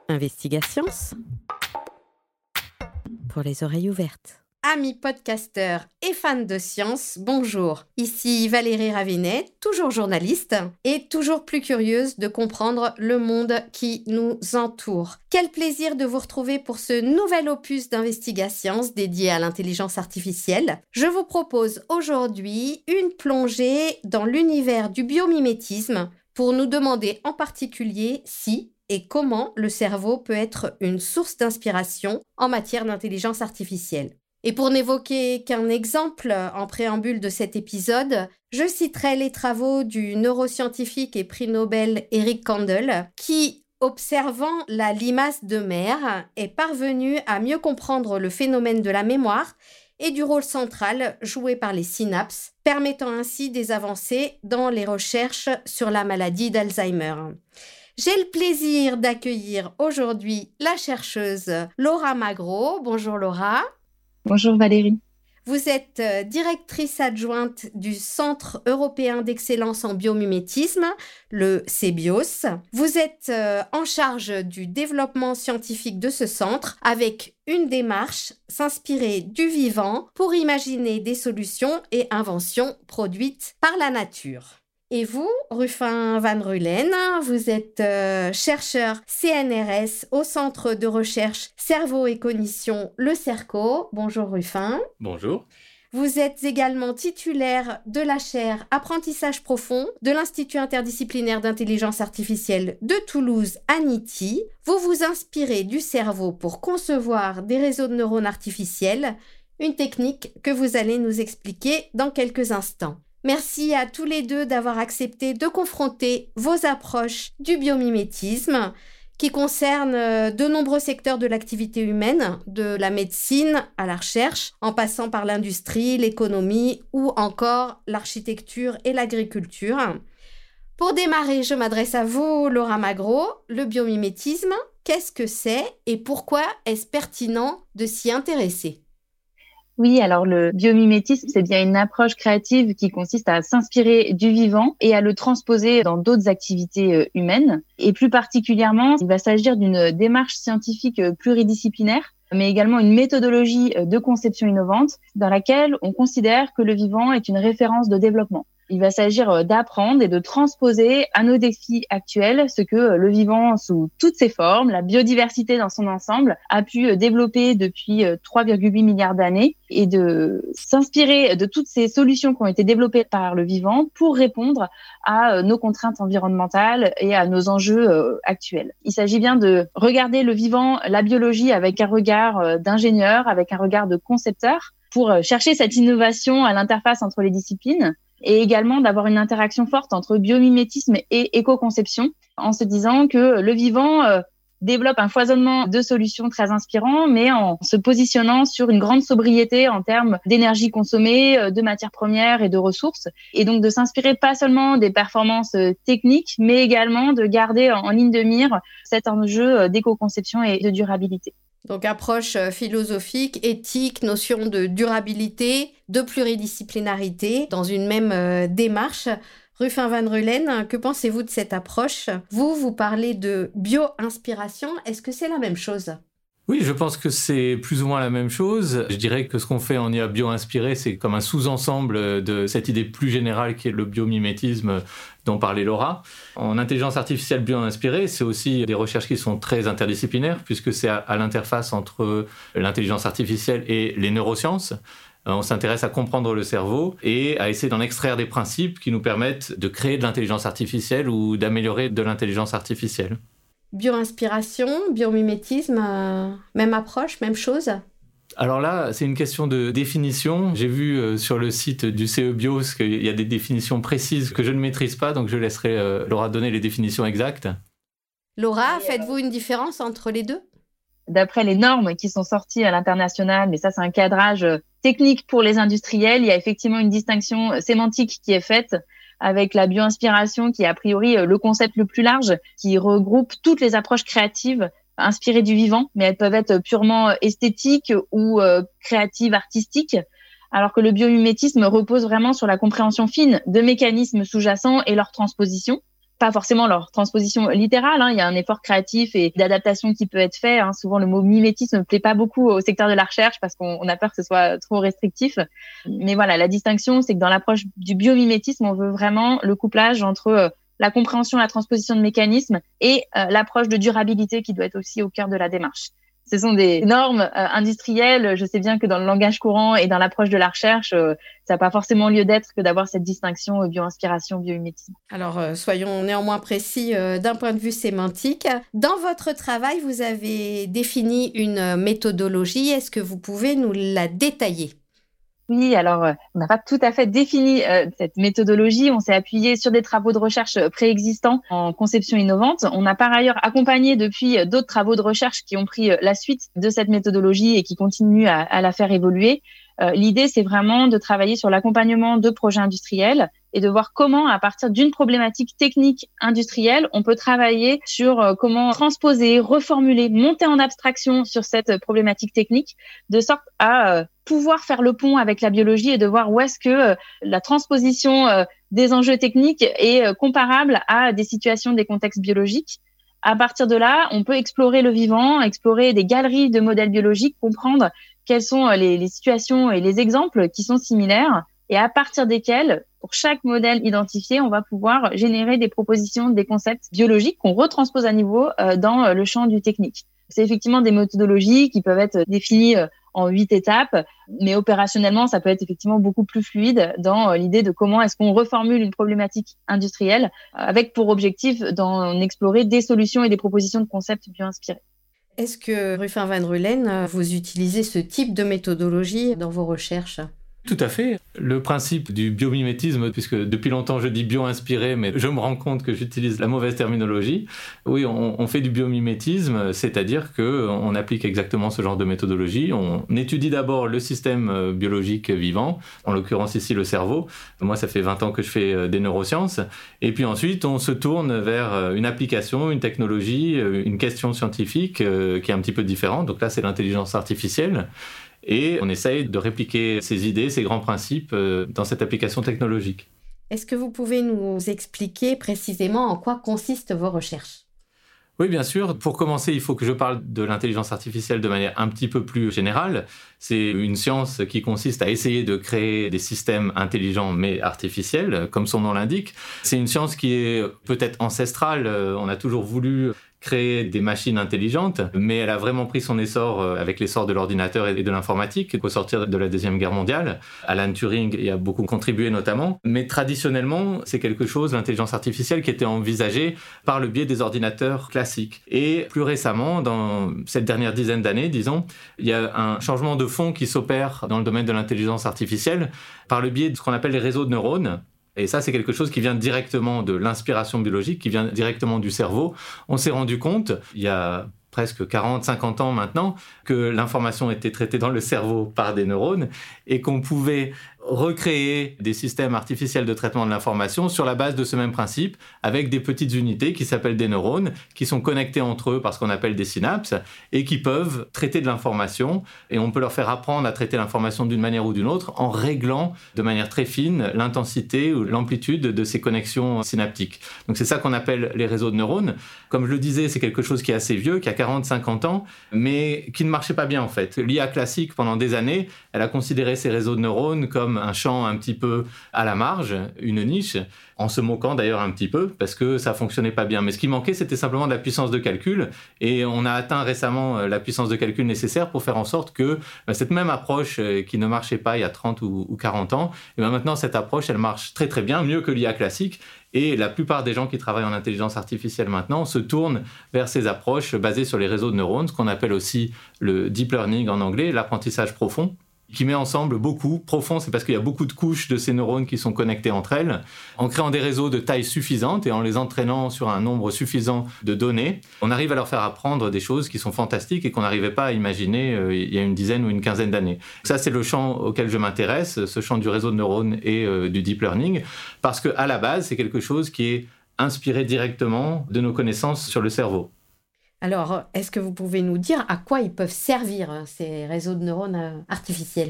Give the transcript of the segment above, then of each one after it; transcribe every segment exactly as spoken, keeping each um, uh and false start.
Investigascience pour les oreilles ouvertes. Amis podcasteurs et fans de science, bonjour. Ici Valérie Ravinet, toujours journaliste et toujours plus curieuse de comprendre le monde qui nous entoure. Quel plaisir de vous retrouver pour ce nouvel opus d'Investigascience dédié à l'intelligence artificielle. Je vous propose aujourd'hui une plongée dans l'univers du biomimétisme pour nous demander en particulier si et comment le cerveau peut être une source d'inspiration en matière d'intelligence artificielle. Et pour n'évoquer qu'un exemple en préambule de cet épisode, je citerai les travaux du neuroscientifique et prix Nobel Eric Kandel, qui, observant la limace de mer, est parvenu à mieux comprendre le phénomène de la mémoire et du rôle central joué par les synapses, permettant ainsi des avancées dans les recherches sur la maladie d'Alzheimer. J'ai le plaisir d'accueillir aujourd'hui la chercheuse Laura Magro. Bonjour Laura. Bonjour Valérie. Vous êtes directrice adjointe du Centre européen d'excellence en biomimétisme, le CEBIOS. Vous êtes en charge du développement scientifique de ce centre avec une démarche s'inspirer du vivant pour imaginer des solutions et inventions produites par la nature. Et vous, Rufin Van Rulen, vous êtes euh, chercheur C N R S au Centre de recherche Cerveau et Cognition, le CERCO. Bonjour Rufin. Bonjour. Vous êtes également titulaire de la chaire Apprentissage profond de l'Institut interdisciplinaire d'intelligence artificielle de Toulouse, A N I T I. Vous vous inspirez du cerveau pour concevoir des réseaux de neurones artificiels, une technique que vous allez nous expliquer dans quelques instants. Merci à tous les deux d'avoir accepté de confronter vos approches du biomimétisme qui concernent de nombreux secteurs de l'activité humaine, de la médecine à la recherche, en passant par l'industrie, l'économie ou encore l'architecture et l'agriculture. Pour démarrer, je m'adresse à vous, Laura Magro. Le biomimétisme, qu'est-ce que c'est et pourquoi est-ce pertinent de s'y intéresser ? Oui, alors le biomimétisme, c'est bien une approche créative qui consiste à s'inspirer du vivant et à le transposer dans d'autres activités humaines. Et plus particulièrement, il va s'agir d'une démarche scientifique pluridisciplinaire, mais également une méthodologie de conception innovante dans laquelle on considère que le vivant est une référence de développement. Il va s'agir d'apprendre et de transposer à nos défis actuels ce que le vivant sous toutes ses formes, la biodiversité dans son ensemble, a pu développer depuis trois virgule huit milliards d'années et de s'inspirer de toutes ces solutions qui ont été développées par le vivant pour répondre à nos contraintes environnementales et à nos enjeux actuels. Il s'agit bien de regarder le vivant, la biologie avec un regard d'ingénieur, avec un regard de concepteur pour chercher cette innovation à l'interface entre les disciplines. Et également d'avoir une interaction forte entre biomimétisme et éco-conception, en se disant que le vivant euh, développe un foisonnement de solutions très inspirant, mais en se positionnant sur une grande sobriété en termes d'énergie consommée, de matières premières et de ressources, et donc de s'inspirer pas seulement des performances techniques, mais également de garder en ligne de mire cet enjeu d'éco-conception et de durabilité. Donc approche philosophique, éthique, notion de durabilité, de pluridisciplinarité dans une même euh, démarche. Rufin Van Rulen, que pensez-vous de cette approche ? Vous, vous parlez de bio-inspiration, est-ce que c'est la même chose ? Oui, je pense que c'est plus ou moins la même chose. Je dirais que ce qu'on fait en I A bio-inspiré, c'est comme un sous-ensemble de cette idée plus générale qui est le biomimétisme dont parlait Laura. En intelligence artificielle bio-inspirée, c'est aussi des recherches qui sont très interdisciplinaires puisque c'est à, à l'interface entre l'intelligence artificielle et les neurosciences. On s'intéresse à comprendre le cerveau et à essayer d'en extraire des principes qui nous permettent de créer de l'intelligence artificielle ou d'améliorer de l'intelligence artificielle. Bio-inspiration, biomimétisme, euh, même approche, même chose ? Alors là, c'est une question de définition. J'ai vu euh, sur le site du CEBIOS qu'il y a des définitions précises que je ne maîtrise pas, donc je laisserai euh, Laura donner les définitions exactes. Laura, Et faites-vous une différence entre les deux ? D'après les normes qui sont sorties à l'international, mais ça c'est un cadrage technique pour les industriels, il y a effectivement une distinction sémantique qui est faite avec la bio-inspiration qui est a priori le concept le plus large, qui regroupe toutes les approches créatives inspirées du vivant, mais elles peuvent être purement esthétiques ou euh, créatives, artistiques, alors que le biomimétisme repose vraiment sur la compréhension fine de mécanismes sous-jacents et leur transposition. pas forcément leur transposition littérale, hein. Il y a un effort créatif et d'adaptation qui peut être fait, hein. Souvent, le mot mimétisme ne plaît pas beaucoup au secteur de la recherche parce qu'on on a peur que ce soit trop restrictif. Mais voilà, la distinction, c'est que dans l'approche du biomimétisme, on veut vraiment le couplage entre euh, la compréhension, la transposition de mécanismes et euh, l'approche de durabilité qui doit être aussi au cœur de la démarche. Ce sont des normes euh, industrielles. Je sais bien que dans le langage courant et dans l'approche de la recherche, euh, ça n'a pas forcément lieu d'être que d'avoir cette distinction euh, bio-inspiration, biomimétisme. Alors, euh, soyons néanmoins précis euh, d'un point de vue sémantique. Dans votre travail, vous avez défini une méthodologie. Est-ce que vous pouvez nous la détailler ? Oui, alors euh, on n'a pas tout à fait défini euh, cette méthodologie. On s'est appuyé sur des travaux de recherche préexistants en conception innovante. On a par ailleurs accompagné depuis euh, d'autres travaux de recherche qui ont pris euh, la suite de cette méthodologie et qui continuent à, à la faire évoluer. Euh, l'idée, c'est vraiment de travailler sur l'accompagnement de projets industriels et de voir comment, à partir d'une problématique technique industrielle, on peut travailler sur euh, comment transposer, reformuler, monter en abstraction sur cette problématique technique, de sorte à euh, pouvoir faire le pont avec la biologie et de voir où est-ce que euh, la transposition euh, des enjeux techniques est euh, comparable à des situations, des contextes biologiques. À partir de là, on peut explorer le vivant, explorer des galeries de modèles biologiques, comprendre quelles sont les, les situations et les exemples qui sont similaires et à partir desquels, pour chaque modèle identifié, on va pouvoir générer des propositions, des concepts biologiques qu'on retranspose à niveau euh, dans le champ du technique. C'est effectivement des méthodologies qui peuvent être définies euh, en huit étapes, mais opérationnellement, ça peut être effectivement beaucoup plus fluide dans l'idée de comment est-ce qu'on reformule une problématique industrielle avec pour objectif d'en explorer des solutions et des propositions de concepts bien inspirés. Est-ce que, Ruffin van Rulen, vous utilisez ce type de méthodologie dans vos recherches ? Tout à fait. Le principe du biomimétisme, puisque depuis longtemps je dis bio-inspiré, mais je me rends compte que j'utilise la mauvaise terminologie. Oui, on, on fait du biomimétisme, c'est-à-dire qu'on applique exactement ce genre de méthodologie. On étudie d'abord le système biologique vivant, en l'occurrence ici le cerveau. Moi, ça fait vingt ans que je fais des neurosciences. Et puis ensuite, on se tourne vers une application, une technologie, une question scientifique qui est un petit peu différente. Donc là, c'est l'intelligence artificielle. Et on essaye de répliquer ces idées, ces grands principes euh, dans cette application technologique. Est-ce que vous pouvez nous expliquer précisément en quoi consistent vos recherches ? Oui, bien sûr. Pour commencer, il faut que je parle de l'intelligence artificielle de manière un petit peu plus générale. C'est une science qui consiste à essayer de créer des systèmes intelligents mais artificiels, comme son nom l'indique. C'est une science qui est peut-être ancestrale. On a toujours voulu créer des machines intelligentes, mais elle a vraiment pris son essor avec l'essor de l'ordinateur et de l'informatique au sortir de la Deuxième Guerre mondiale. Alan Turing y a beaucoup contribué notamment, mais traditionnellement, c'est quelque chose, l'intelligence artificielle, qui était envisagée par le biais des ordinateurs classiques. Et plus récemment, dans cette dernière dizaine d'années, disons, il y a un changement de fond qui s'opère dans le domaine de l'intelligence artificielle par le biais de ce qu'on appelle les réseaux de neurones. Et ça, c'est quelque chose qui vient directement de l'inspiration biologique, qui vient directement du cerveau. On s'est rendu compte, il y a presque quarante, cinquante ans maintenant, que l'information était traitée dans le cerveau par des neurones et qu'on pouvait recréer des systèmes artificiels de traitement de l'information sur la base de ce même principe, avec des petites unités qui s'appellent des neurones, qui sont connectés entre eux par ce qu'on appelle des synapses, et qui peuvent traiter de l'information, et on peut leur faire apprendre à traiter l'information d'une manière ou d'une autre, en réglant de manière très fine l'intensité ou l'amplitude de ces connexions synaptiques. Donc c'est ça qu'on appelle les réseaux de neurones. Comme je le disais, c'est quelque chose qui est assez vieux, qui a quarante, cinquante ans, mais qui ne marchait pas bien en fait. L'I A classique, pendant des années, elle a considéré ces réseaux de neurones comme un champ un petit peu à la marge, une niche, en se moquant d'ailleurs un petit peu, parce que ça fonctionnait pas bien. Mais ce qui manquait, c'était simplement de la puissance de calcul, et on a atteint récemment la puissance de calcul nécessaire pour faire en sorte que cette même approche qui ne marchait pas il y a trente ou quarante ans, et bien maintenant cette approche, elle marche très très bien, mieux que l'I A classique, et la plupart des gens qui travaillent en intelligence artificielle maintenant se tournent vers ces approches basées sur les réseaux de neurones, ce qu'on appelle aussi le deep learning en anglais, l'apprentissage profond, qui met ensemble beaucoup, profond, c'est parce qu'il y a beaucoup de couches de ces neurones qui sont connectées entre elles. En créant des réseaux de taille suffisante et en les entraînant sur un nombre suffisant de données, on arrive à leur faire apprendre des choses qui sont fantastiques et qu'on n'arrivait pas à imaginer euh, il y a une dizaine ou une quinzaine d'années. Ça, c'est le champ auquel je m'intéresse, ce champ du réseau de neurones et euh, du deep learning, parce qu'à la base, c'est quelque chose qui est inspiré directement de nos connaissances sur le cerveau. Alors, est-ce que vous pouvez nous dire à quoi ils peuvent servir, ces réseaux de neurones artificiels ?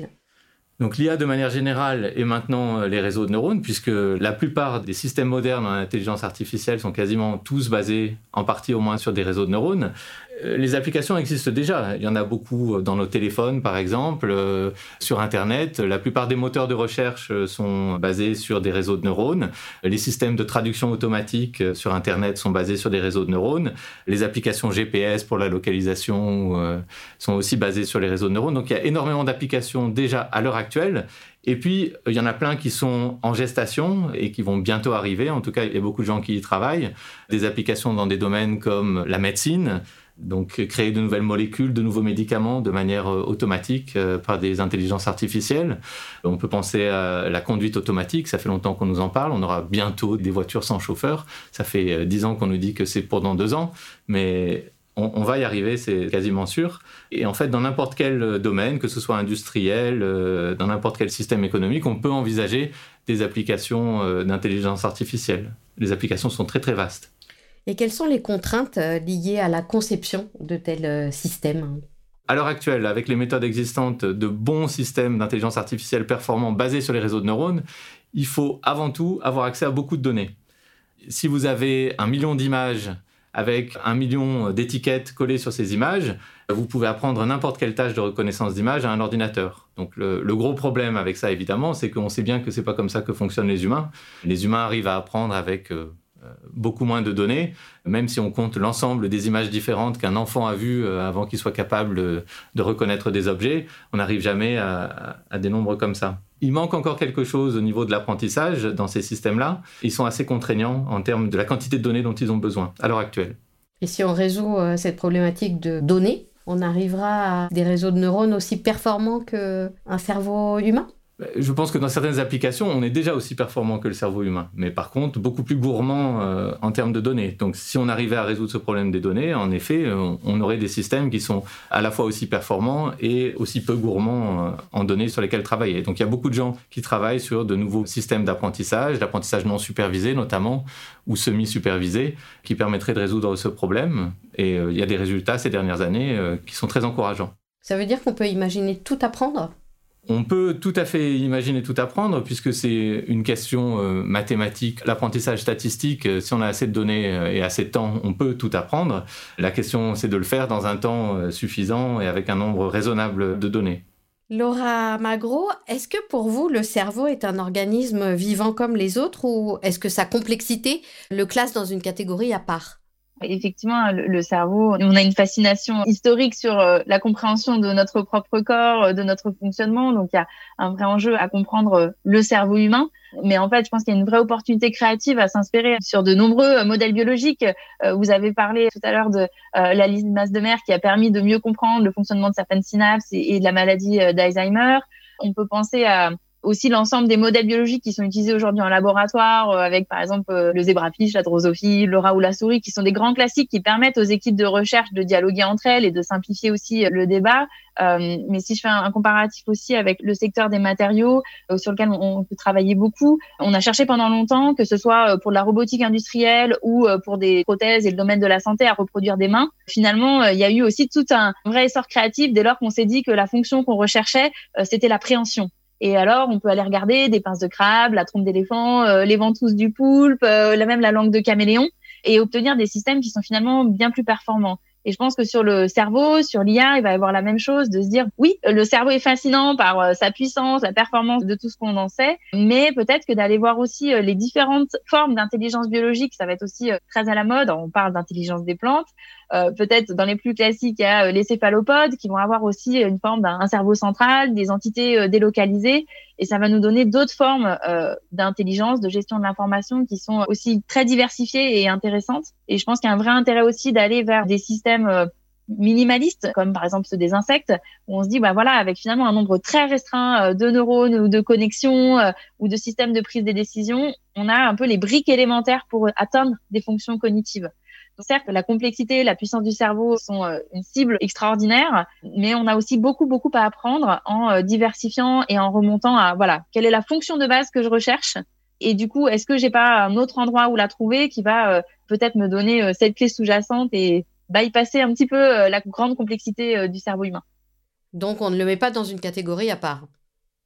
Donc l'I A de manière générale est maintenant les réseaux de neurones, puisque la plupart des systèmes modernes en intelligence artificielle sont quasiment tous basés, en partie au moins, sur des réseaux de neurones. Les applications existent déjà. Il y en a beaucoup dans nos téléphones, par exemple, euh, sur Internet. La plupart des moteurs de recherche sont basés sur des réseaux de neurones. Les systèmes de traduction automatique sur Internet sont basés sur des réseaux de neurones. Les applications G P S pour la localisation euh, sont aussi basées sur les réseaux de neurones. Donc il y a énormément d'applications déjà à l'heure actuelle. Et puis, il y en a plein qui sont en gestation et qui vont bientôt arriver. En tout cas, il y a beaucoup de gens qui y travaillent. Des applications dans des domaines comme la médecine, donc créer de nouvelles molécules, de nouveaux médicaments de manière automatique euh, par des intelligences artificielles. On peut penser à la conduite automatique, ça fait longtemps qu'on nous en parle. On aura bientôt des voitures sans chauffeur. Ça fait dix ans qu'on nous dit que c'est pour dans deux ans, mais on, on va y arriver, c'est quasiment sûr. Et en fait, dans n'importe quel domaine, que ce soit industriel, euh, dans n'importe quel système économique, on peut envisager des applications euh, d'intelligence artificielle. Les applications sont très très vastes. Et quelles sont les contraintes liées à la conception de tels systèmes ? À l'heure actuelle, avec les méthodes existantes de bons systèmes d'intelligence artificielle performants basés sur les réseaux de neurones, il faut avant tout avoir accès à beaucoup de données. Si vous avez un million d'images avec un million d'étiquettes collées sur ces images, vous pouvez apprendre n'importe quelle tâche de reconnaissance d'image à un ordinateur. Donc le, le gros problème avec ça, évidemment, c'est qu'on sait bien que c'est pas comme ça que fonctionnent les humains. Les humains arrivent à apprendre avec euh, beaucoup moins de données, même si on compte l'ensemble des images différentes qu'un enfant a vues avant qu'il soit capable de reconnaître des objets, on n'arrive jamais à, à des nombres comme ça. Il manque encore quelque chose au niveau de l'apprentissage dans ces systèmes-là. Ils sont assez contraignants en termes de la quantité de données dont ils ont besoin à l'heure actuelle. Et si on résout cette problématique de données, on arrivera à des réseaux de neurones aussi performants qu'un cerveau humain ? Je pense que dans certaines applications, on est déjà aussi performant que le cerveau humain, mais par contre, beaucoup plus gourmand euh, en termes de données. Donc, si on arrivait à résoudre ce problème des données, en effet, on, on aurait des systèmes qui sont à la fois aussi performants et aussi peu gourmands euh, en données sur lesquelles travailler. Donc, il y a beaucoup de gens qui travaillent sur de nouveaux systèmes d'apprentissage, d'apprentissage non supervisé notamment, ou semi-supervisé, qui permettraient de résoudre ce problème. Et euh, il y a des résultats ces dernières années euh, qui sont très encourageants. Ça veut dire qu'on peut imaginer tout apprendre ? On peut tout à fait imaginer tout apprendre, puisque c'est une question euh, mathématique. L'apprentissage statistique, euh, si on a assez de données euh, et assez de temps, on peut tout apprendre. La question, c'est de le faire dans un temps euh, suffisant et avec un nombre raisonnable de données. Laura Magro, est-ce que pour vous, le cerveau est un organisme vivant comme les autres, ou est-ce que sa complexité le classe dans une catégorie à part ? Effectivement, le, le cerveau, on a une fascination historique sur euh, la compréhension de notre propre corps, euh, de notre fonctionnement. Donc, il y a un vrai enjeu à comprendre euh, le cerveau humain. Mais en fait, je pense qu'il y a une vraie opportunité créative à s'inspirer sur de nombreux euh, modèles biologiques. Euh, vous avez parlé tout à l'heure de euh, la limace de mer qui a permis de mieux comprendre le fonctionnement de certaines synapses et, et de la maladie euh, d'Alzheimer. On peut penser à aussi l'ensemble des modèles biologiques qui sont utilisés aujourd'hui en laboratoire, euh, avec par exemple euh, le zébrafiche, la drosophile, le rat ou la souris, qui sont des grands classiques qui permettent aux équipes de recherche de dialoguer entre elles et de simplifier aussi le débat. Euh, mais si je fais un, un comparatif aussi avec le secteur des matériaux, euh, sur lequel on, on peut travailler beaucoup, on a cherché pendant longtemps, que ce soit pour la robotique industrielle ou pour des prothèses et le domaine de la santé, à reproduire des mains. Finalement, il y a eu aussi tout un vrai essor créatif dès lors qu'on s'est dit que la fonction qu'on recherchait, euh, c'était la préhension. Et alors, on peut aller regarder des pinces de crabe, la trompe d'éléphant, euh, les ventouses du poulpe, euh, la même la langue de caméléon, et obtenir des systèmes qui sont finalement bien plus performants. Et je pense que sur le cerveau, sur l'I A, il va y avoir la même chose, de se dire, oui, le cerveau est fascinant par euh, sa puissance, la performance de tout ce qu'on en sait, mais peut-être que d'aller voir aussi euh, les différentes formes d'intelligence biologique, ça va être aussi euh, très à la mode. On parle d'intelligence des plantes. Euh, peut-être dans les plus classiques, il y a euh, les céphalopodes qui vont avoir aussi une forme d'un cerveau central, des entités euh, délocalisées, et ça va nous donner d'autres formes euh, d'intelligence, de gestion de l'information qui sont aussi très diversifiées et intéressantes. Et je pense qu'il y a un vrai intérêt aussi d'aller vers des systèmes euh, minimalistes, comme par exemple ceux des insectes, où on se dit, bah voilà, avec finalement un nombre très restreint euh, de neurones ou de connexions euh, ou de systèmes de prise des décisions, on a un peu les briques élémentaires pour atteindre des fonctions cognitives. Certes, la complexité, la puissance du cerveau sont euh, une cible extraordinaire, mais on a aussi beaucoup, beaucoup à apprendre en euh, diversifiant et en remontant à, voilà, quelle est la fonction de base que je recherche? Et du coup, est-ce que j'ai pas un autre endroit où la trouver qui va euh, peut-être me donner euh, cette clé sous-jacente et bypasser un petit peu euh, la grande complexité euh, du cerveau humain? Donc, on ne le met pas dans une catégorie à part.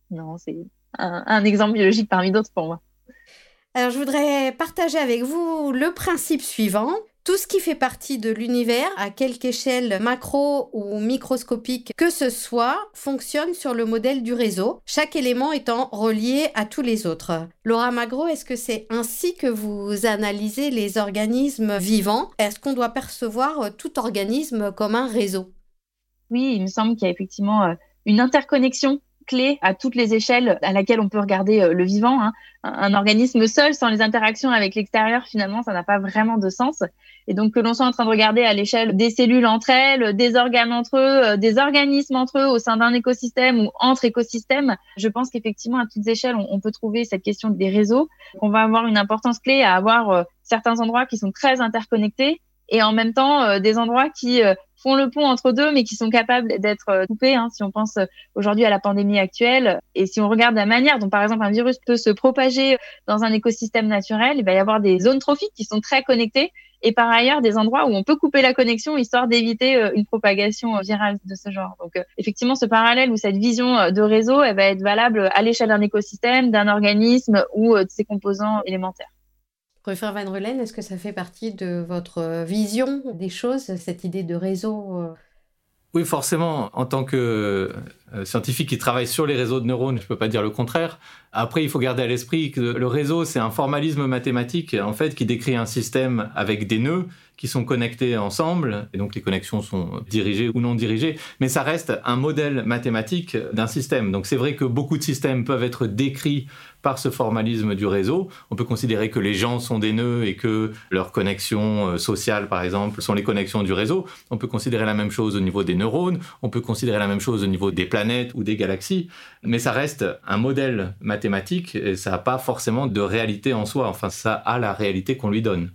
Non, c'est un, un exemple biologique parmi d'autres pour moi. Alors, je voudrais partager avec vous le principe suivant. Tout ce qui fait partie de l'univers, à quelque échelle macro ou microscopique que ce soit, fonctionne sur le modèle du réseau, chaque élément étant relié à tous les autres. Laura Magro, est-ce que c'est ainsi que vous analysez les organismes vivants? Est-ce qu'on doit percevoir tout organisme comme un réseau? Oui, il me semble qu'il y a effectivement une interconnexion clé à toutes les échelles à laquelle on peut regarder le vivant. Hein. Un organisme seul, sans les interactions avec l'extérieur, finalement, ça n'a pas vraiment de sens. Et donc, que l'on soit en train de regarder à l'échelle des cellules entre elles, des organes entre eux, des organismes entre eux au sein d'un écosystème ou entre écosystèmes, je pense qu'effectivement, à toutes échelles, on, on peut trouver cette question des réseaux. On va avoir une importance clé à avoir euh, certains endroits qui sont très interconnectés et en même temps euh, des endroits qui euh, font le pont entre deux, mais qui sont capables d'être euh, coupés. Hein, si on pense euh, aujourd'hui à la pandémie actuelle, et si on regarde la manière dont, par exemple, un virus peut se propager dans un écosystème naturel, il va y avoir des zones trophiques qui sont très connectées, et par ailleurs des endroits où on peut couper la connexion histoire d'éviter euh, une propagation euh, virale de ce genre. Donc, euh, effectivement, ce parallèle ou cette vision euh, de réseau, elle va être valable à l'échelle d'un écosystème, d'un organisme ou euh, de ses composants élémentaires. Rufin Van Rulen, est-ce que ça fait partie de votre vision des choses, cette idée de réseau? Oui, forcément. En tant que scientifique qui travaille sur les réseaux de neurones, je ne peux pas dire le contraire. Après, il faut garder à l'esprit que le réseau, c'est un formalisme mathématique en fait, qui décrit un système avec des nœuds qui sont connectés ensemble, et donc les connexions sont dirigées ou non dirigées, mais ça reste un modèle mathématique d'un système. Donc c'est vrai que beaucoup de systèmes peuvent être décrits par ce formalisme du réseau. On peut considérer que les gens sont des nœuds et que leurs connexions sociales, par exemple, sont les connexions du réseau. On peut considérer la même chose au niveau des neurones, on peut considérer la même chose au niveau des planètes ou des galaxies, mais ça reste un modèle mathématique et ça n'a pas forcément de réalité en soi. Enfin, ça a la réalité qu'on lui donne.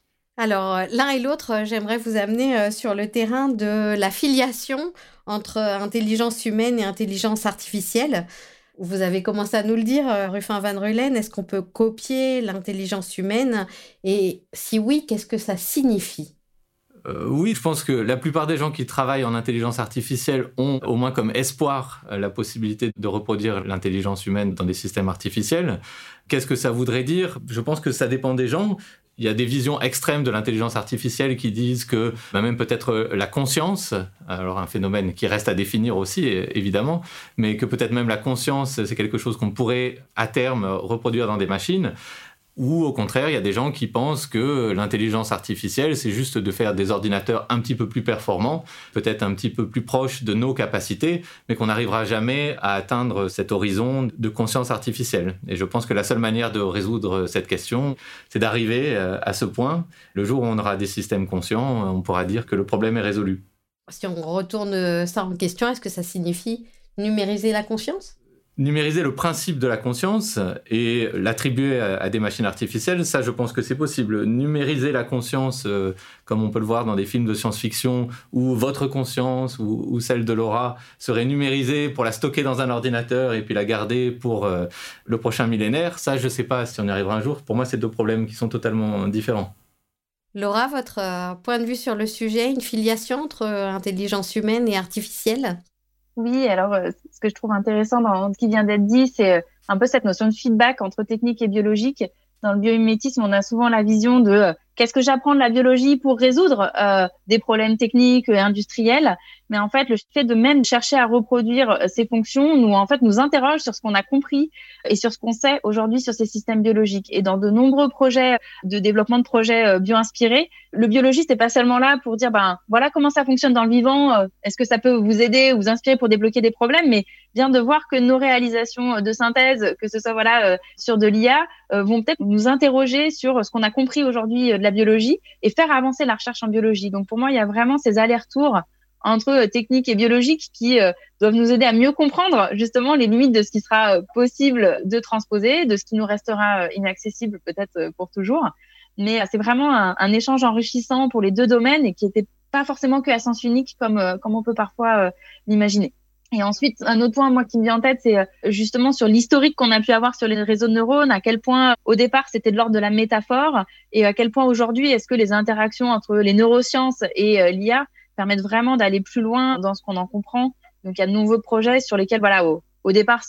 Alors, l'un et l'autre, j'aimerais vous amener sur le terrain de la filiation entre intelligence humaine et intelligence artificielle. Vous avez commencé à nous le dire, Rufin Van Rulen, est-ce qu'on peut copier l'intelligence humaine? Et si oui, qu'est-ce que ça signifie? Euh, oui, je pense que la plupart des gens qui travaillent en intelligence artificielle ont au moins comme espoir la possibilité de reproduire l'intelligence humaine dans des systèmes artificiels. Qu'est-ce que ça voudrait dire? Je pense que ça dépend des gens. Il y a des visions extrêmes de l'intelligence artificielle qui disent que bah même peut-être la conscience, alors un phénomène qui reste à définir aussi évidemment, mais que peut-être même la conscience, c'est quelque chose qu'on pourrait à terme reproduire dans des machines. Ou au contraire, il y a des gens qui pensent que l'intelligence artificielle, c'est juste de faire des ordinateurs un petit peu plus performants, peut-être un petit peu plus proches de nos capacités, mais qu'on n'arrivera jamais à atteindre cet horizon de conscience artificielle. Et je pense que la seule manière de résoudre cette question, c'est d'arriver à ce point. Le jour où on aura des systèmes conscients, on pourra dire que le problème est résolu. Si on retourne ça en question, est-ce que ça signifie numériser la conscience ? Numériser le principe de la conscience et l'attribuer à, à des machines artificielles, ça je pense que c'est possible. Numériser la conscience, euh, comme on peut le voir dans des films de science-fiction, où votre conscience ou, ou celle de Laura serait numérisée pour la stocker dans un ordinateur et puis la garder pour euh, le prochain millénaire, ça je ne sais pas si on y arrivera un jour. Pour moi, c'est deux problèmes qui sont totalement différents. Laura, votre euh, point de vue sur le sujet, une filiation entre euh, intelligence humaine et artificielle ? Oui, alors euh, ce que je trouve intéressant dans ce qui vient d'être dit, c'est euh, un peu cette notion de feedback entre technique et biologique. Dans le biomimétisme, on a souvent la vision de euh, qu'est-ce que j'apprends de la biologie pour résoudre euh, des problèmes techniques et industriels. Mais en fait, le fait de même chercher à reproduire ces fonctions nous, en fait, nous interroge sur ce qu'on a compris et sur ce qu'on sait aujourd'hui sur ces systèmes biologiques. Et dans de nombreux projets de développement de projets bio-inspirés, le biologiste n'est pas seulement là pour dire ben voilà comment ça fonctionne dans le vivant, est-ce que ça peut vous aider ou vous inspirer pour débloquer des problèmes, mais bien de voir que nos réalisations de synthèse, que ce soit voilà sur de l'I A, vont peut-être nous interroger sur ce qu'on a compris aujourd'hui de la biologie et faire avancer la recherche en biologie. Donc pour moi, il y a vraiment ces allers-retours entre technique et biologique qui euh, doivent nous aider à mieux comprendre justement les limites de ce qui sera euh, possible de transposer, de ce qui nous restera euh, inaccessible peut-être euh, pour toujours. Mais euh, c'est vraiment un, un échange enrichissant pour les deux domaines et qui n'était pas forcément que à sens unique comme, euh, comme on peut parfois euh, l'imaginer. Et ensuite, un autre point moi qui me vient en tête, c'est euh, justement sur l'historique qu'on a pu avoir sur les réseaux de neurones, à quel point au départ c'était de l'ordre de la métaphore et à quel point aujourd'hui est-ce que les interactions entre les neurosciences et euh, l'I A permettent vraiment d'aller plus loin dans ce qu'on en comprend. Donc, il y a de nouveaux projets sur lesquels, voilà, au, au départ, c'est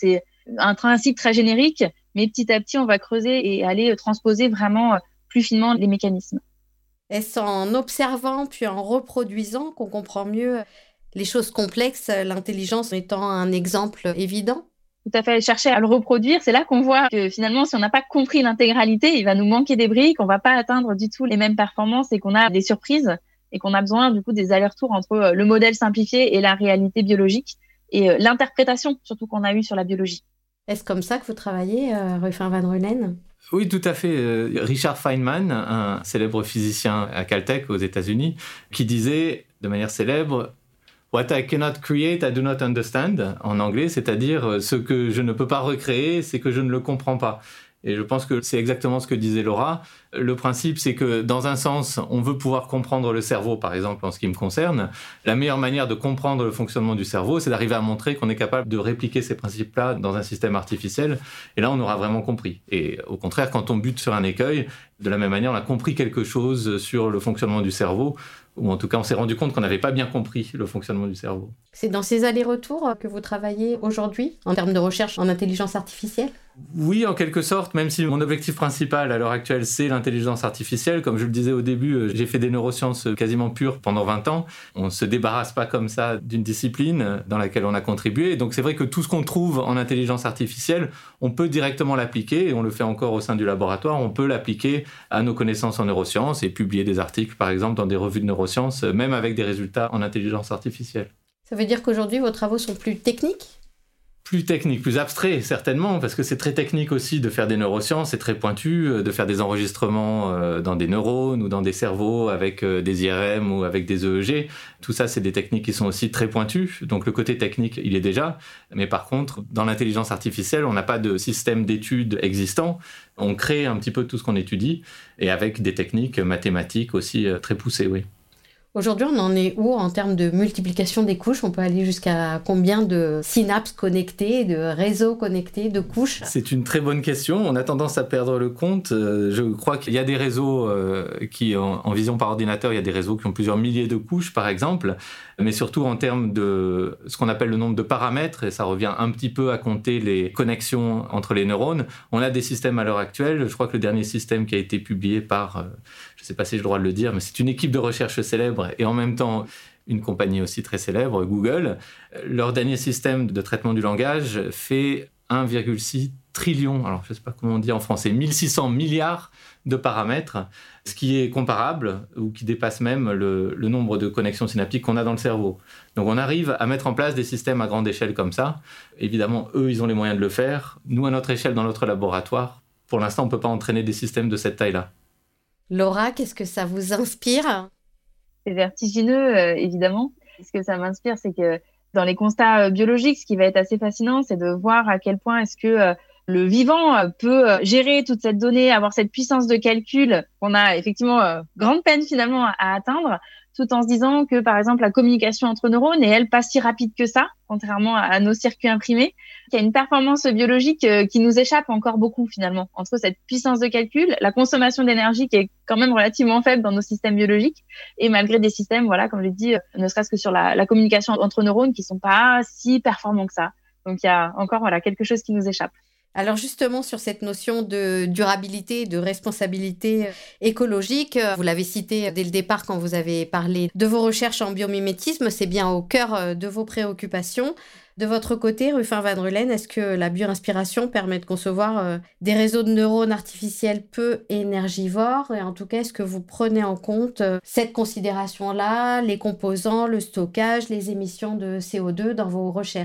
un principe très générique, mais petit à petit, on va creuser et aller transposer vraiment plus finement les mécanismes. Est-ce en observant puis en reproduisant qu'on comprend mieux les choses complexes, l'intelligence étant un exemple évident? Tout à fait, chercher à le reproduire, c'est là qu'on voit que finalement, si on n'a pas compris l'intégralité, il va nous manquer des briques, on va pas atteindre du tout les mêmes performances et qu'on a des surprises et qu'on a besoin du coup des allers-retours entre le modèle simplifié et la réalité biologique et l'interprétation surtout qu'on a eue sur la biologie. Est-ce comme ça que vous travaillez, euh, Ruffin van Runen ? Oui, tout à fait. Richard Feynman, un célèbre physicien à Caltech aux États-Unis, qui disait de manière célèbre « What I cannot create, I do not understand » en anglais, c'est-à-dire « ce que je ne peux pas recréer, c'est que je ne le comprends pas ». Et je pense que c'est exactement ce que disait Laura. Le principe, c'est que dans un sens, on veut pouvoir comprendre le cerveau, par exemple, en ce qui me concerne. La meilleure manière de comprendre le fonctionnement du cerveau, c'est d'arriver à montrer qu'on est capable de répliquer ces principes-là dans un système artificiel. Et là, on aura vraiment compris. Et au contraire, quand on bute sur un écueil, de la même manière, on a compris quelque chose sur le fonctionnement du cerveau, ou en tout cas, on s'est rendu compte qu'on n'avait pas bien compris le fonctionnement du cerveau. C'est dans ces allers-retours que vous travaillez aujourd'hui, en termes de recherche en intelligence artificielle ? Oui, en quelque sorte, même si mon objectif principal à l'heure actuelle, c'est l'intelligence artificielle. Comme je le disais au début, j'ai fait des neurosciences quasiment pures pendant vingt ans. On ne se débarrasse pas comme ça d'une discipline dans laquelle on a contribué. Donc c'est vrai que tout ce qu'on trouve en intelligence artificielle, on peut directement l'appliquer, et on le fait encore au sein du laboratoire. On peut l'appliquer à nos connaissances en neurosciences et publier des articles, par exemple, dans des revues de neurosciences, même avec des résultats en intelligence artificielle. Ça veut dire qu'aujourd'hui, vos travaux sont plus techniques ? Plus technique, plus abstrait, certainement, parce que c'est très technique aussi de faire des neurosciences, c'est très pointu, de faire des enregistrements dans des neurones ou dans des cerveaux avec des I R M ou avec des E E G. Tout ça, c'est des techniques qui sont aussi très pointues, donc le côté technique, il est déjà. Mais par contre, dans l'intelligence artificielle, on n'a pas de système d'études existant. On crée un petit peu tout ce qu'on étudie, et avec des techniques mathématiques aussi très poussées, oui. Aujourd'hui, on en est où en termes de multiplication des couches ? On peut aller jusqu'à combien de synapses connectées, de réseaux connectés, de couches ? C'est une très bonne question. On a tendance à perdre le compte. Je crois qu'il y a des réseaux qui, en vision par ordinateur, il y a des réseaux qui ont plusieurs milliers de couches, par exemple. Mais surtout en termes de ce qu'on appelle le nombre de paramètres, et ça revient un petit peu à compter les connexions entre les neurones. On a des systèmes à l'heure actuelle. Je crois que le dernier système qui a été publié par, je ne sais pas si j'ai le droit de le dire, mais c'est une équipe de recherche célèbre et en même temps une compagnie aussi très célèbre, Google. Leur dernier système de traitement du langage fait un virgule six trillion, alors je ne sais pas comment on dit en français, mille six cents milliards de paramètres, ce qui est comparable ou qui dépasse même le, le nombre de connexions synaptiques qu'on a dans le cerveau. Donc on arrive à mettre en place des systèmes à grande échelle comme ça. Évidemment, eux, ils ont les moyens de le faire. Nous, à notre échelle, dans notre laboratoire, pour l'instant, on ne peut pas entraîner des systèmes de cette taille-là. Laura, qu'est-ce que ça vous inspire ? C'est vertigineux, euh, évidemment. Ce que ça m'inspire, c'est que dans les constats euh, biologiques, ce qui va être assez fascinant, c'est de voir à quel point est-ce que euh, le vivant euh, peut euh, gérer toute cette donnée, avoir cette puissance de calcul qu'on a effectivement euh, grande peine finalement à, à atteindre, tout en se disant que, par exemple, la communication entre neurones, et elle, pas si rapide que ça, contrairement à, à nos circuits imprimés, qu'il y a une performance biologique euh, qui nous échappe encore beaucoup, finalement, entre cette puissance de calcul, la consommation d'énergie qui est quand même relativement faible dans nos systèmes biologiques, et malgré des systèmes, voilà, comme je l'ai dit, euh, ne serait-ce que sur la, la communication entre neurones, qui sont pas si performants que ça. Donc, il y a encore, voilà, quelque chose qui nous échappe. Alors justement, sur cette notion de durabilité, de responsabilité écologique, vous l'avez cité dès le départ quand vous avez parlé de vos recherches en biomimétisme, c'est bien au cœur de vos préoccupations. De votre côté, Ruffin van Rulen, est-ce que la bioinspiration permet de concevoir des réseaux de neurones artificiels peu énergivores ? Et en tout cas, est-ce que vous prenez en compte cette considération-là, les composants, le stockage, les émissions de C O deux dans vos recherches ?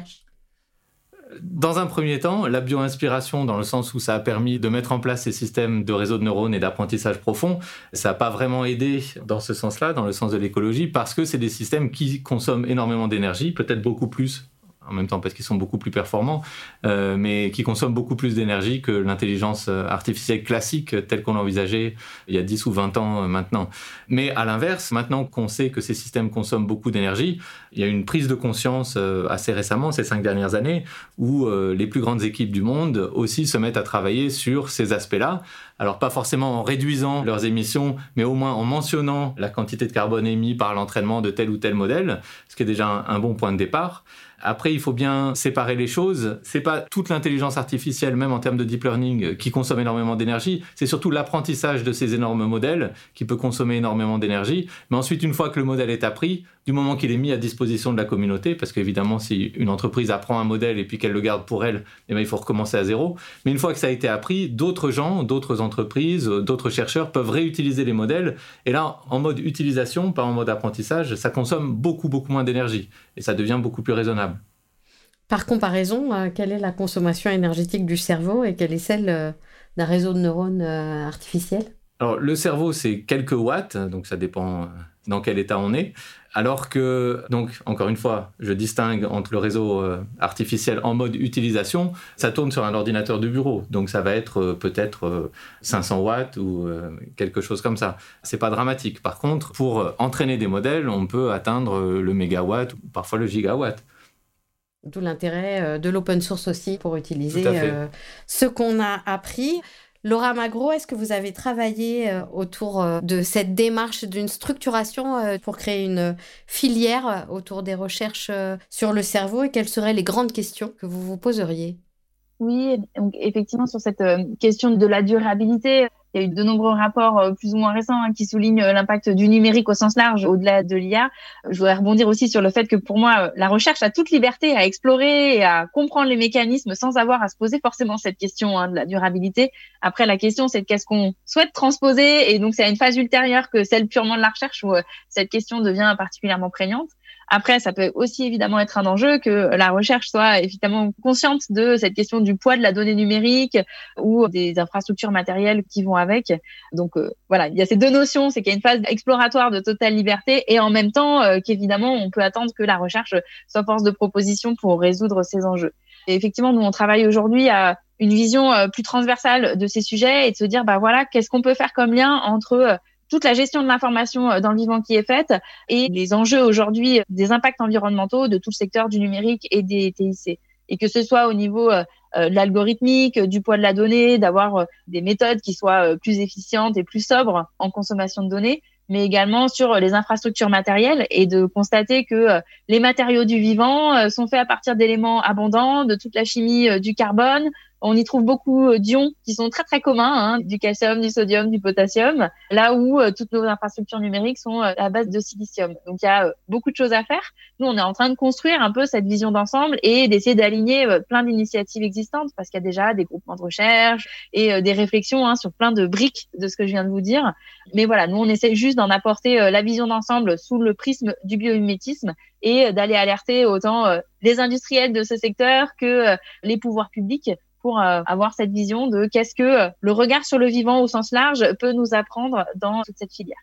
Dans un premier temps, la bioinspiration, dans le sens où ça a permis de mettre en place ces systèmes de réseaux de neurones et d'apprentissage profond, ça n'a pas vraiment aidé dans ce sens-là, dans le sens de l'écologie, parce que c'est des systèmes qui consomment énormément d'énergie, peut-être beaucoup plus, en même temps parce qu'ils sont beaucoup plus performants, euh, mais qui consomment beaucoup plus d'énergie que l'intelligence artificielle classique telle qu'on l'envisageait il y a dix ou vingt ans euh, maintenant. Mais à l'inverse, maintenant qu'on sait que ces systèmes consomment beaucoup d'énergie, il y a une prise de conscience euh, assez récemment, ces cinq dernières années, où euh, les plus grandes équipes du monde aussi se mettent à travailler sur ces aspects-là. Alors pas forcément en réduisant leurs émissions, mais au moins en mentionnant la quantité de carbone émise par l'entraînement de tel ou tel modèle, ce qui est déjà un, un bon point de départ. Après, il faut bien séparer les choses. C'est pas toute l'intelligence artificielle, même en termes de deep learning, qui consomme énormément d'énergie. C'est surtout l'apprentissage de ces énormes modèles qui peut consommer énormément d'énergie. Mais ensuite, une fois que le modèle est appris, du moment qu'il est mis à disposition de la communauté, parce qu'évidemment, si une entreprise apprend un modèle et puis qu'elle le garde pour elle, eh bien, il faut recommencer à zéro. Mais une fois que ça a été appris, d'autres gens, d'autres entreprises, d'autres chercheurs peuvent réutiliser les modèles. Et là, en mode utilisation, pas en mode apprentissage, ça consomme beaucoup, beaucoup moins d'énergie. Et ça devient beaucoup plus raisonnable. Par comparaison, euh, quelle est la consommation énergétique du cerveau et quelle est celle euh, d'un réseau de neurones euh, artificiels ? Alors, le cerveau, c'est quelques watts, donc ça dépend dans quel état on est. Alors que, donc, encore une fois, je distingue entre le réseau euh, artificiel en mode utilisation, ça tourne sur un ordinateur de bureau. Donc, ça va être euh, peut-être euh, cinq cents watts ou euh, quelque chose comme ça. C'est pas dramatique. Par contre, pour euh, entraîner des modèles, on peut atteindre euh, le mégawatt ou parfois le gigawatt. D'où l'intérêt de l'open source aussi pour utiliser euh, ce qu'on a appris. Laura Magro, est-ce que vous avez travaillé euh, autour euh, de cette démarche d'une structuration euh, pour créer une filière euh, autour des recherches euh, sur le cerveau et quelles seraient les grandes questions que vous vous poseriez ? Oui, donc effectivement, sur cette euh, question de la durabilité, il y a eu de nombreux rapports euh, plus ou moins récents hein, qui soulignent euh, l'impact du numérique au sens large, au-delà de l'I A. Je voudrais rebondir aussi sur le fait que pour moi, euh, la recherche a toute liberté à explorer et à comprendre les mécanismes sans avoir à se poser forcément cette question hein, de la durabilité. Après, la question, c'est de qu'est-ce qu'on souhaite transposer et donc c'est à une phase ultérieure que celle purement de la recherche où euh, cette question devient particulièrement prégnante. Après, ça peut aussi évidemment être un enjeu que la recherche soit évidemment consciente de cette question du poids de la donnée numérique ou des infrastructures matérielles qui vont avec. Donc euh, voilà, il y a ces deux notions, c'est qu'il y a une phase exploratoire de totale liberté et en même temps euh, qu'évidemment on peut attendre que la recherche soit force de proposition pour résoudre ces enjeux. Et effectivement, nous on travaille aujourd'hui à une vision euh, plus transversale de ces sujets et de se dire bah voilà, qu'est-ce qu'on peut faire comme lien entre euh, toute la gestion de l'information dans le vivant qui est faite et les enjeux aujourd'hui des impacts environnementaux de tout le secteur du numérique et des T I C. Et que ce soit au niveau euh, de l'algorithmique, du poids de la donnée, d'avoir euh, des méthodes qui soient euh, plus efficientes et plus sobres en consommation de données, mais également sur les infrastructures matérielles et de constater que euh, les matériaux du vivant euh, sont faits à partir d'éléments abondants, de toute la chimie euh, du carbone. On y trouve beaucoup d'ions qui sont très très communs, hein, du calcium, du sodium, du potassium, là où euh, toutes nos infrastructures numériques sont euh, à base de silicium. Donc il y a euh, beaucoup de choses à faire. Nous, on est en train de construire un peu cette vision d'ensemble et d'essayer d'aligner euh, plein d'initiatives existantes parce qu'il y a déjà des groupements de recherche et euh, des réflexions hein, sur plein de briques de ce que je viens de vous dire. Mais voilà, nous, on essaie juste d'en apporter euh, la vision d'ensemble sous le prisme du biomimétisme et euh, d'aller alerter autant euh, les industriels de ce secteur que euh, les pouvoirs publics pour euh, avoir cette vision de qu'est-ce que euh, le regard sur le vivant au sens large peut nous apprendre dans toute cette filière.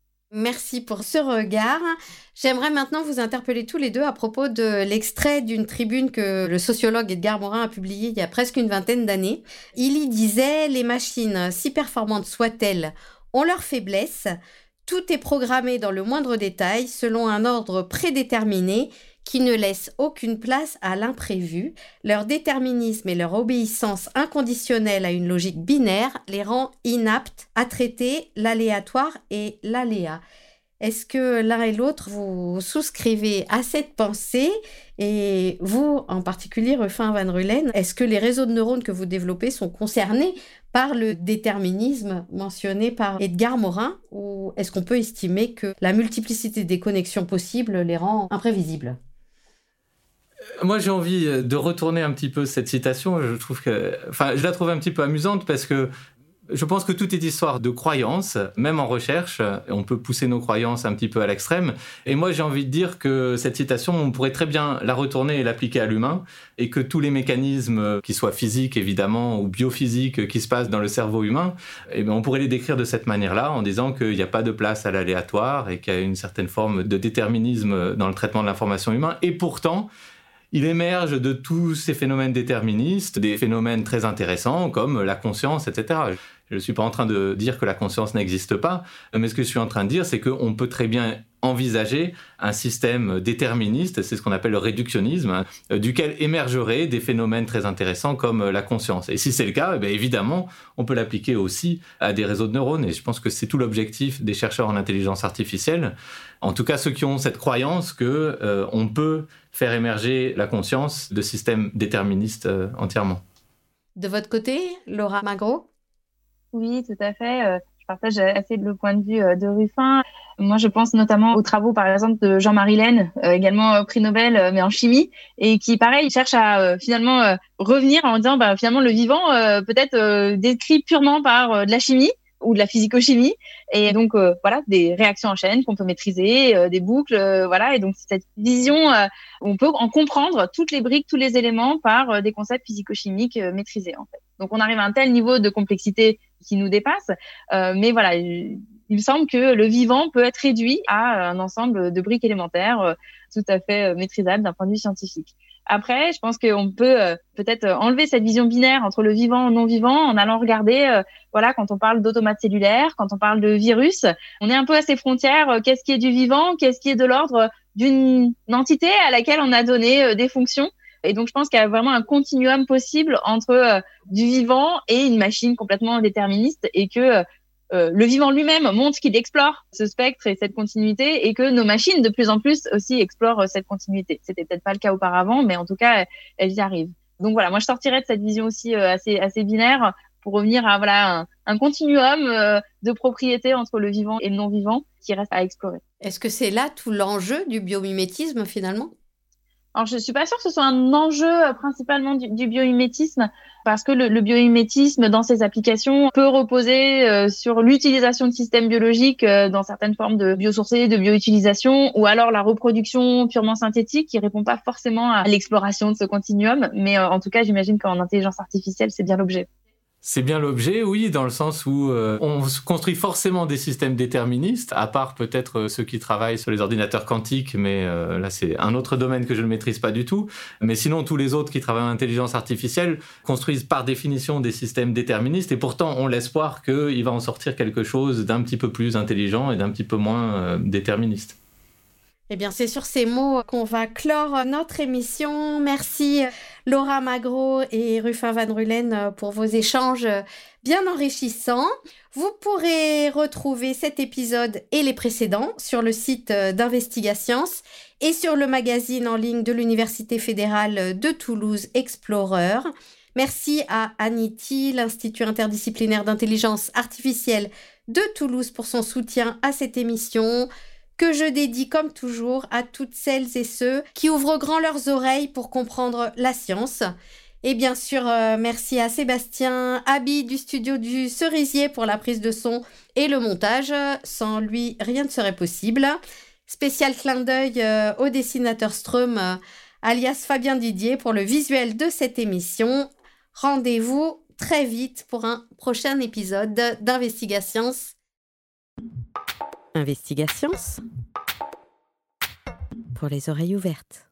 Merci pour ce regard. J'aimerais maintenant vous interpeller tous les deux à propos de l'extrait d'une tribune que le sociologue Edgar Morin a publiée il y a presque une vingtaine d'années. Il y disait « Les machines, si performantes soient-elles, ont leurs faiblesses. Tout est programmé dans le moindre détail selon un ordre prédéterminé qui ne laisse aucune place à l'imprévu. Leur déterminisme et leur obéissance inconditionnelle à une logique binaire les rend inaptes à traiter l'aléatoire et l'aléa. » Est-ce que l'un et l'autre, vous souscrivez à cette pensée ? Et vous, en particulier, Rufin Van Rulen, est-ce que les réseaux de neurones que vous développez sont concernés par le déterminisme mentionné par Edgar Morin ? Ou est-ce qu'on peut estimer que la multiplicité des connexions possibles les rend imprévisibles ? Moi, j'ai envie de retourner un petit peu cette citation. Je trouve que, enfin, je la trouve un petit peu amusante parce que je pense que tout est histoire de croyances, même en recherche. On peut pousser nos croyances un petit peu à l'extrême. Et moi, j'ai envie de dire que cette citation, on pourrait très bien la retourner et l'appliquer à l'humain, et que tous les mécanismes, qu'ils soient physiques évidemment, ou biophysiques, qui se passent dans le cerveau humain, eh bien, on pourrait les décrire de cette manière-là, en disant qu'il n'y a pas de place à l'aléatoire et qu'il y a une certaine forme de déterminisme dans le traitement de l'information humaine. Et pourtant, il émerge de tous ces phénomènes déterministes des phénomènes très intéressants comme la conscience, et cetera. Je ne suis pas en train de dire que la conscience n'existe pas, mais ce que je suis en train de dire, c'est qu'on peut très bien envisager un système déterministe, c'est ce qu'on appelle le réductionnisme, hein, duquel émergeraient des phénomènes très intéressants comme la conscience. Et si c'est le cas, eh bien, évidemment, on peut l'appliquer aussi à des réseaux de neurones. Et je pense que c'est tout l'objectif des chercheurs en intelligence artificielle. En tout cas, ceux qui ont cette croyance qu'on euh, peut faire émerger la conscience de systèmes déterministes euh, entièrement. De votre côté, Laura Magro ? Oui, tout à fait. Euh, je partage assez le point de vue euh, de Ruffin. Moi, je pense notamment aux travaux, par exemple, de Jean-Marie Laine, euh, également euh, prix Nobel, euh, mais en chimie, et qui, pareil, cherche à euh, finalement euh, revenir en disant, bah, finalement, le vivant euh, peut être euh, décrit purement par euh, de la chimie ou de la physico-chimie, et donc euh, voilà, des réactions en chaîne qu'on peut maîtriser, euh, des boucles, euh, voilà, et donc cette vision, euh, on peut en comprendre toutes les briques, tous les éléments par euh, des concepts physico-chimiques euh, maîtrisés en fait. Donc on arrive à un tel niveau de complexité qui nous dépasse, euh, mais voilà, il me semble que le vivant peut être réduit à un ensemble de briques élémentaires euh, tout à fait euh, maîtrisables d'un point de vue scientifique. Après, je pense qu'on peut euh, peut-être enlever cette vision binaire entre le vivant et le non-vivant en allant regarder, euh, voilà, quand on parle d'automates cellulaires, quand on parle de virus, on est un peu à ces frontières, euh, qu'est-ce qui est du vivant, qu'est-ce qui est de l'ordre d'une entité à laquelle on a donné euh, des fonctions. Et donc, je pense qu'il y a vraiment un continuum possible entre euh, du vivant et une machine complètement déterministe et que euh, le vivant lui-même montre qu'il explore ce spectre et cette continuité et que nos machines, de plus en plus, aussi explorent cette continuité. C'était peut-être pas le cas auparavant, mais en tout cas, elles y arrivent. Donc voilà, moi, je sortirais de cette vision aussi euh, assez, assez binaire pour revenir à voilà un, un continuum euh, de propriété entre le vivant et le non-vivant qui reste à explorer. Est-ce que c'est là tout l'enjeu du biomimétisme, finalement ? Alors, je suis pas sûre que ce soit un enjeu euh, principalement du, du biomimétisme, parce que le, le biomimétisme, dans ses applications, peut reposer euh, sur l'utilisation de systèmes biologiques euh, dans certaines formes de biosourcés, de bioutilisation, ou alors la reproduction purement synthétique, qui répond pas forcément à l'exploration de ce continuum. Mais euh, en tout cas, j'imagine qu'en intelligence artificielle, c'est bien l'objet. C'est bien l'objet, oui, dans le sens où euh, on construit forcément des systèmes déterministes, à part peut-être euh, ceux qui travaillent sur les ordinateurs quantiques, mais euh, là c'est un autre domaine que je ne maîtrise pas du tout. Mais sinon, tous les autres qui travaillent en intelligence artificielle construisent par définition des systèmes déterministes, et pourtant on l'espoir qu'il va en sortir quelque chose d'un petit peu plus intelligent et d'un petit peu moins euh, déterministe. Eh bien, c'est sur ces mots qu'on va clore notre émission. Merci Laura Magro et Ruffin Van Rulen pour vos échanges bien enrichissants. Vous pourrez retrouver cet épisode et les précédents sur le site d'Investigascience et sur le magazine en ligne de l'Université fédérale de Toulouse Explorer. Merci à Aniti, l'Institut interdisciplinaire d'intelligence artificielle de Toulouse, pour son soutien à cette émission, que je dédie comme toujours à toutes celles et ceux qui ouvrent grand leurs oreilles pour comprendre la science. Et bien sûr, euh, merci à Sébastien Habi du studio du Cerisier pour la prise de son et le montage. Sans lui, rien ne serait possible. Spécial clin d'œil euh, au dessinateur Ström, euh, alias Fabien Didier, pour le visuel de cette émission. Rendez-vous très vite pour un prochain épisode d'Investigascience. Investigascience pour les oreilles ouvertes.